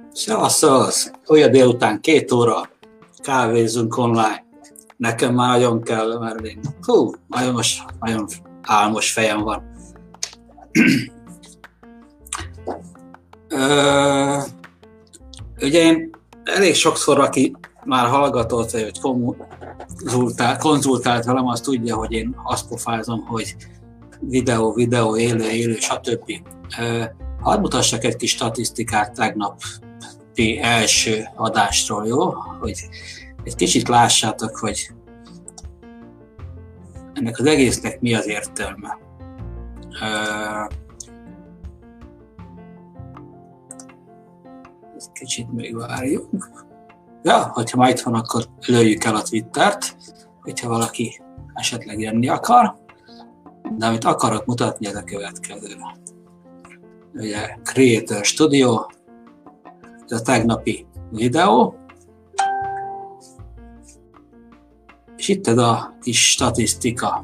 Szevasz! Olyan délután 2 óra, kávézzunk online. Nekem már nagyon kell, mert én nagyon álmos fejem van. Ugye én elég sokszor, aki már hallgatott, vagy konzultált velem, azt tudja, hogy én azt pofázom, hogy videó, élő, stb. Hadd mutassak egy kis statisztikát tegnapi első adásról, jó? Hogy egy kicsit lássátok, hogy ennek az egésznek mi az értelme. Kicsit még várjunk. Ja, hogyha már itt van, akkor lőjük el a Twittert, hogyha valaki esetleg jönni akar. De amit akarok mutatni, ez a következő. Ugye Creator Studio, ez a tegnapi videó, és itt ez a kis statisztika.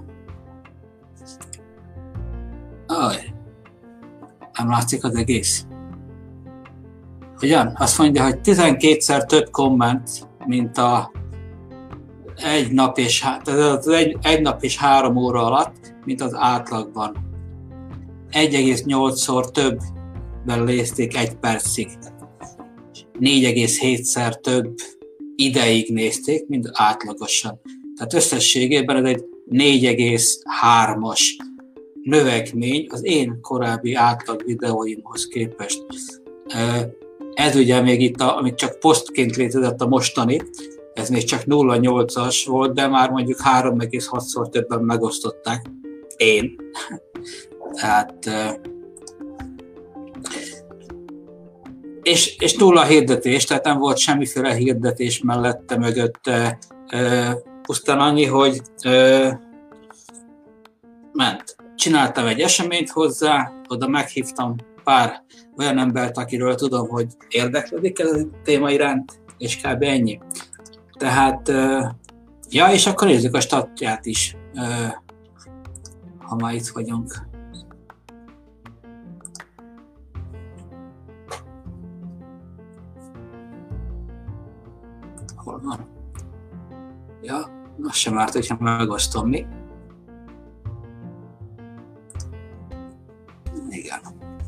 Nem látszik az egész? Ugyan? Azt mondja, hogy 12-szer több komment, mint egy nap és 3 óra alatt, mint az átlagban. 1,8-szor többen nézték 1 percig. 4,7-szer több ideig nézték, mint átlagosan. Tehát összességében ez egy 4,3-as növekmény az én korábbi átlag videóimhoz képest. Ez ugye még itt, amit csak posztként létezett a mostani, ez még csak 0,8-as volt, de már mondjuk 3,6-szor többen megosztották. Én. Tehát, és nulla hirdetés, tehát nem volt semmiféle hirdetés mellette mögötte, pusztán annyi, hogy ment. Csináltam egy eseményt hozzá, oda meghívtam pár olyan embert, akiről tudom, hogy érdeklődik ez a téma iránt, és kb. Ennyi. Tehát, ja, és akkor nézzük a statját is, ha már itt vagyunk. Hol van? Ja, az sem árt, hogyha megosztom mi. Igen.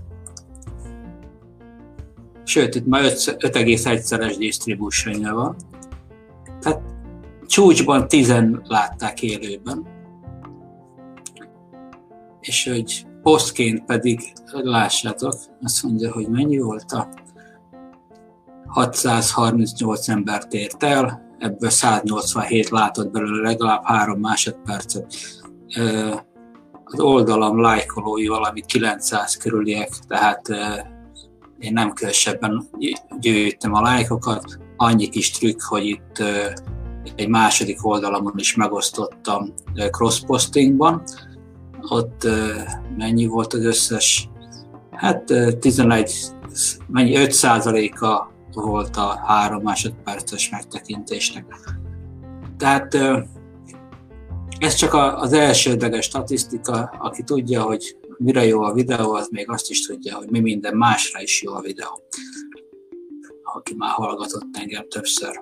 Sőt, itt már 5,1-szeres distributionja van. Tehát csúcsban 10-en látták élőben. És hogy posztként pedig, lássátok, azt mondja, hogy mennyi volt a 638 embert ért el, ebből 187 látott belőle legalább 3 másodpercet. Az oldalam lájkolói valami 900 körüliek, tehát én nem különösebben gyűjtöm a lájkokat. Annyi kis trükk, hogy itt egy második oldalamon is megosztottam cross-postingban. Ott mennyi volt az összes? Hát 5%-a volt a 3 másodperces megtekintésnek. Tehát ez csak az elsődleges statisztika, aki tudja, hogy mire jó a videó, az még azt is tudja, hogy mi minden másra is jó a videó. Aki már hallgatott engem többször.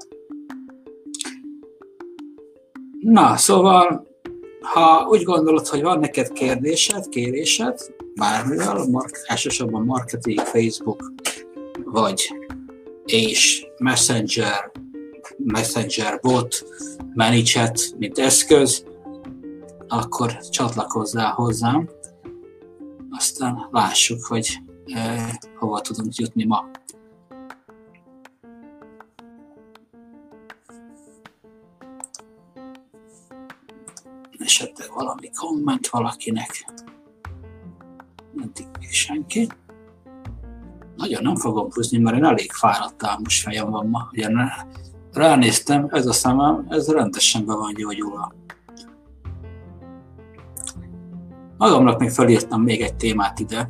Na, szóval, ha úgy gondolod, hogy van neked kérdésed, kérésed, bármivel, elsősorban marketing, Facebook, vagy és Messenger bot, ManyChat, mint eszköz, akkor csatlakozzál hozzám, aztán lássuk, hogy hova tudunk jutni ma. Esetleg valami komment valakinek. Eddig még senki. Nagyon nem fogom húzni, mert én elég fáradt álmos fejem van ma. Ugye ránéztem, ez a szemem, ez rendesen be van gyógyulva. Magamnak még felírtam még egy témát ide,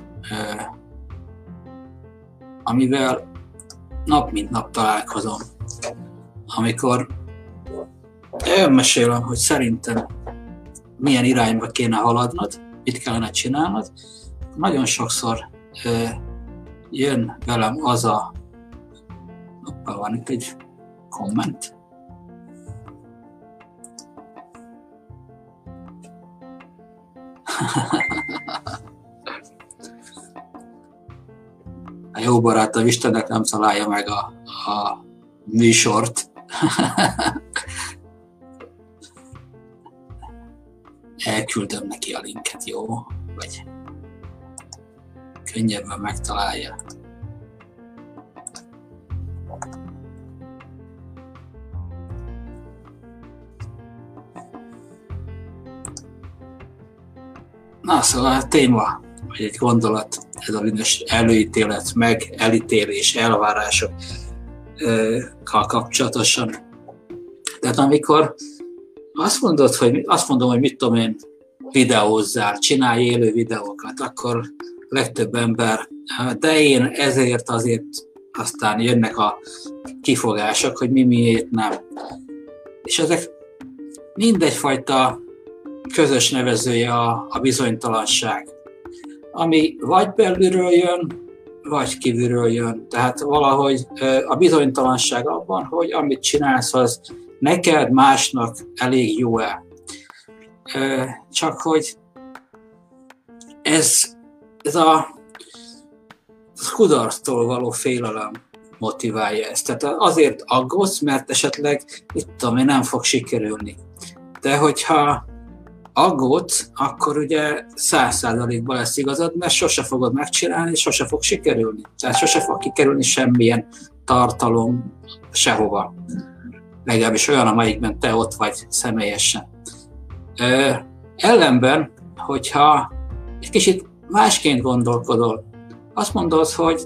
amivel nap mint nap találkozom. Amikor elmesélem, hogy szerintem milyen irányba kéne haladnod, mit kellene csinálnod, nagyon sokszor jön velem az a Van itt egy komment. A jó barátom Istennek nem találja meg a műsort. Elküldöm neki a linket, jó? Vagy könnyebben megtalálja. Na, szóval a téma, vagy egy gondolat, ez a bizonyos előítélet, meg elítélés, elvárásokkal kapcsolatosan. Tehát amikor azt mondom, hogy mit tudom én, videózzál, csinálj élő videókat, akkor legtöbb ember, de én ezért azért aztán jönnek a kifogások, hogy miért nem. És ezek mindegyfajta közös nevezője a bizonytalanság, ami vagy belülről jön, vagy kívülről jön. Tehát valahogy a bizonytalanság abban, hogy amit csinálsz, az neked, másnak elég jó-e. Csak hogy ez a kudarctól való félelem motiválja ezt. Tehát azért aggódsz, mert esetleg, nem fog sikerülni. De hogyha aggódsz, akkor ugye 100%-ban lesz igazad, mert sose fogod megcsinálni, és sose fog sikerülni. Tehát sose fog kikerülni semmilyen tartalom sehova. Legalábbis olyan, amelyikben te ott vagy személyesen. Ellenben, hogyha egy kicsit másként gondolkodol, azt mondod, hogy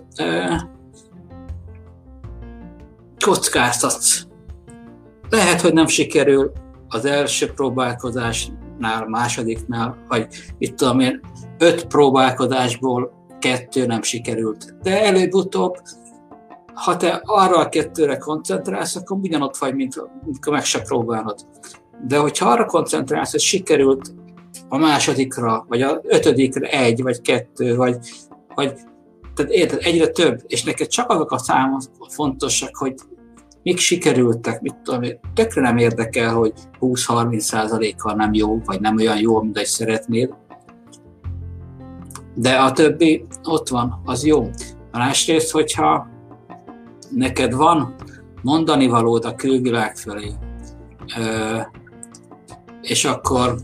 kockáztatsz. Lehet, hogy nem sikerül az első próbálkozásnál, másodiknál, vagy 5 próbálkozásból 2 nem sikerült. De előbb-utóbb, ha te arra a 2-re koncentrálsz, akkor ugyanott vagy, mint amikor meg se próbálod. De hogyha arra koncentrálsz, hogy sikerült a másodikra, vagy a 5-re 1, vagy 2, vagy tehát érted, egyre több, és neked csak azok a számok fontosak, hogy mik sikerültek, tökre nem érdekel, hogy 20-30%-kal nem jó, vagy nem olyan jó, mint egy szeretnéd. De a többi ott van, az jó. Másrészt, hogyha neked van mondani valód a külvilág felé, és akkor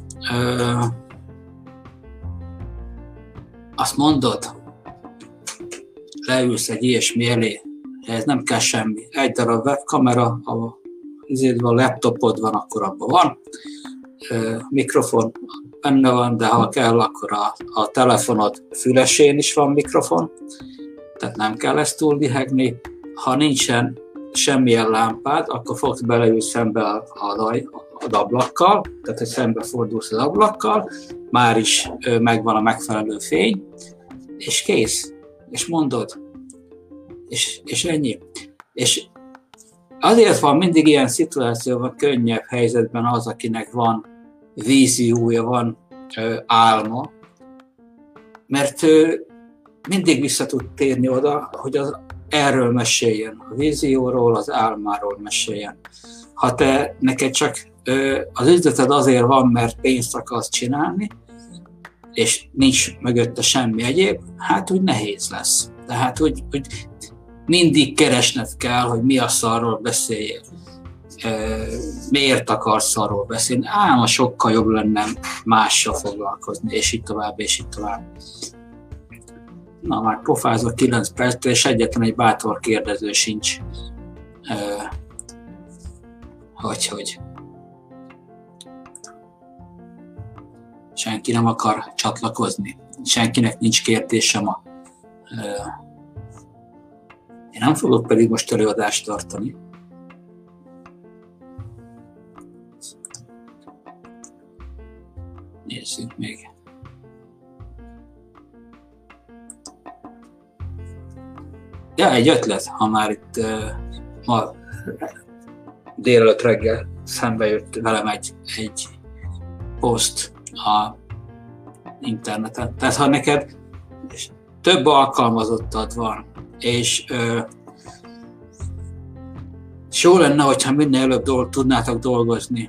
azt mondod, leülsz egy ilyesmi elé, ez nem kell semmi. Egy darab webkamera, a laptopod van, akkor abban van, mikrofon benne van, de ha kell, akkor a telefonod fülesén is van mikrofon, tehát nem kell ezt túl lihegni. Ha nincsen semmilyen lámpád, akkor fogsz beleülni szembe az ablakkal, tehát hogy szembe fordulsz az ablakkal, már is megvan a megfelelő fény, és kész. És mondod. És ennyi. És azért van mindig ilyen szituációban, könnyebb helyzetben az, akinek van víziója, van álma, mert ő mindig vissza tud térni oda, hogy erről meséljen, a vízióról, az álmáról meséljen. Ha te neked csak az üzleted azért van, mert pénzt akarsz csinálni, és nincs mögötte semmi egyéb, hát úgy nehéz lesz. Tehát úgy mindig keresned kell, hogy mi a szarról beszéljél. Miért akarsz szarról beszélni? Ám sokkal jobb lenne mással foglalkozni, és így tovább, és így tovább. Na, már pofázok 9 percre, és egyetlen egy bátor kérdező sincs. Hogy senki nem akar csatlakozni. Senkinek nincs kérdése ma. Én nem fogok pedig most előadást tartani. Nézzük még. Ja, egy ötlet, ha már itt ma délelőtt reggel szembe jött velem egy poszt a interneten. Tehát ha neked több alkalmazottad van, és És jó lenne, hogyha minél előbb tudnátok dolgozni.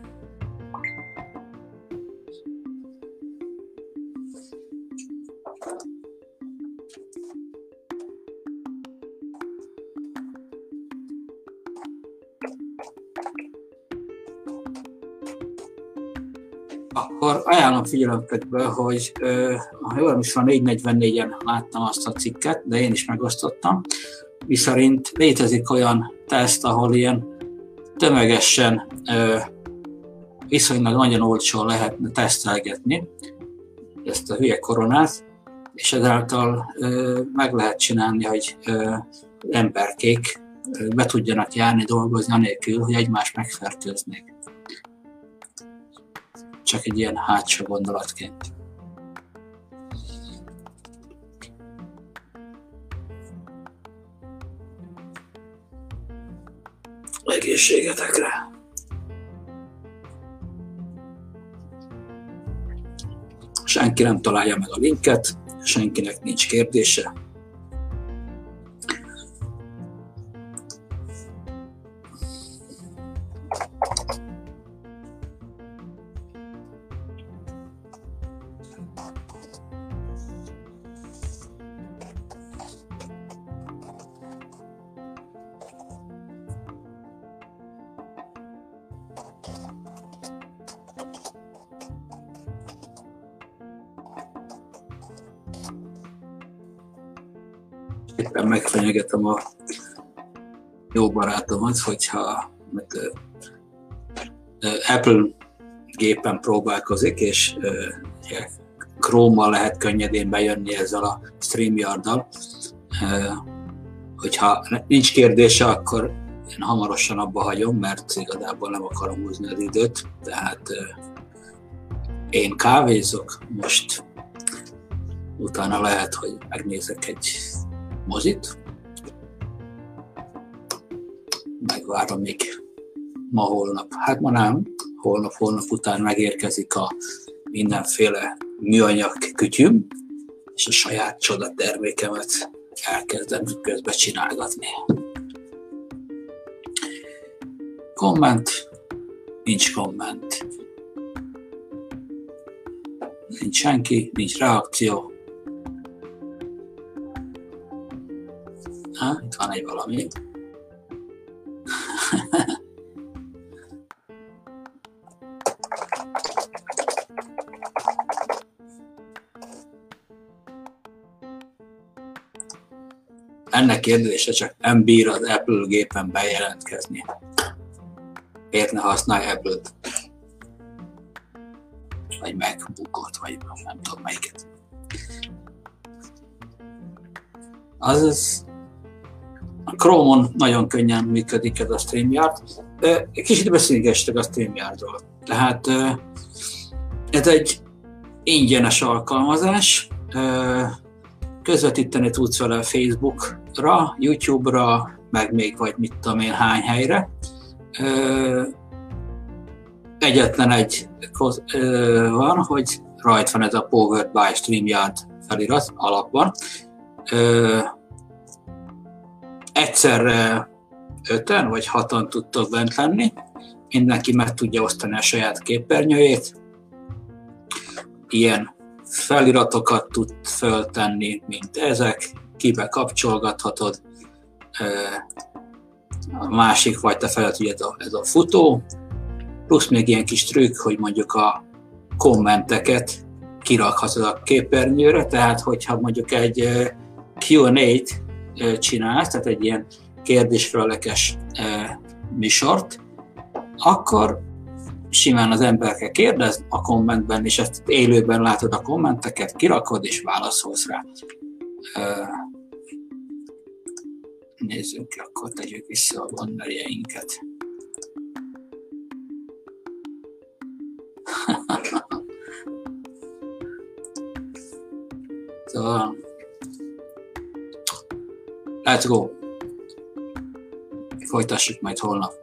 Akkor ajánlom figyelemetekbe, hogy ha jól is van, 444-en láttam azt a cikket, de én is megosztottam, miszerint létezik olyan teszt, ahol ilyen tömegesen viszonylag nagyon olcsón lehetne tesztelgetni ezt a hülye koronát, és ezáltal meg lehet csinálni, hogy emberkék be tudjanak járni, dolgozni anélkül, hogy egymást megfertőznék. Csak egy ilyen hátsó gondolatként. Egészségetekre! Senki nem találja meg a linket, senkinek nincs kérdése. Éppen megfenyegetem a jó barátomat, hogyha Apple gépen próbálkozik, és Chrome-mal lehet könnyedén bejönni ezzel a StreamYard-dal. Hogyha nincs kérdése, akkor én hamarosan abba hagyom, mert igazából nem akarom húzni az időt. Tehát én kávézok most, utána lehet, hogy megnézek egy mozit. Megvárom még ma-holnap. Hát ma nem, holnap után megérkezik a mindenféle műanyag kütyüm, és a saját csodatermékemet elkezdem közben csinálgatni. Komment, nincs komment. Nincs senki, nincs reakció. Itt van egy valami. Ennek kérdése csak nem bír az Apple gépen bejelentkezni. Miért ne használj Apple-t? Vagy MacBookot, vagy nem tudom melyiket. Azaz a Chrome-on nagyon könnyen működik ez a StreamYard. Kicsit beszélgesstek a StreamYardról. Tehát ez egy ingyenes alkalmazás. Közvetíteni tudsz vele Facebookra, YouTube-ra, meg még vagy mit tudom én hány helyre. Egyetlen egy van, hogy rajta van ez a Powered by StreamYard felirat alapban. Egyszerre 5-en vagy 6-an tudtok bent lenni, mindenki meg tudja osztani a saját képernyőjét. Ilyen feliratokat tud föltenni, mint ezek, kibe kapcsolgathatod. A másik fajta feladat, ugye ez a futó, plusz még ilyen kis trükk, hogy mondjuk a kommenteket kirakhatod a képernyőre, tehát hogyha mondjuk egy Q&A-t csinálsz, tehát egy ilyen kérdésfelelekes műsort, akkor simán az emberke kérdez a kommentben, és ezt élőben látod a kommenteket, kirakod és válaszolsz rá. Nézzük, akkor tegyük vissza a bannerjeinket. Szóval, let's go! Folytassuk majd holnap.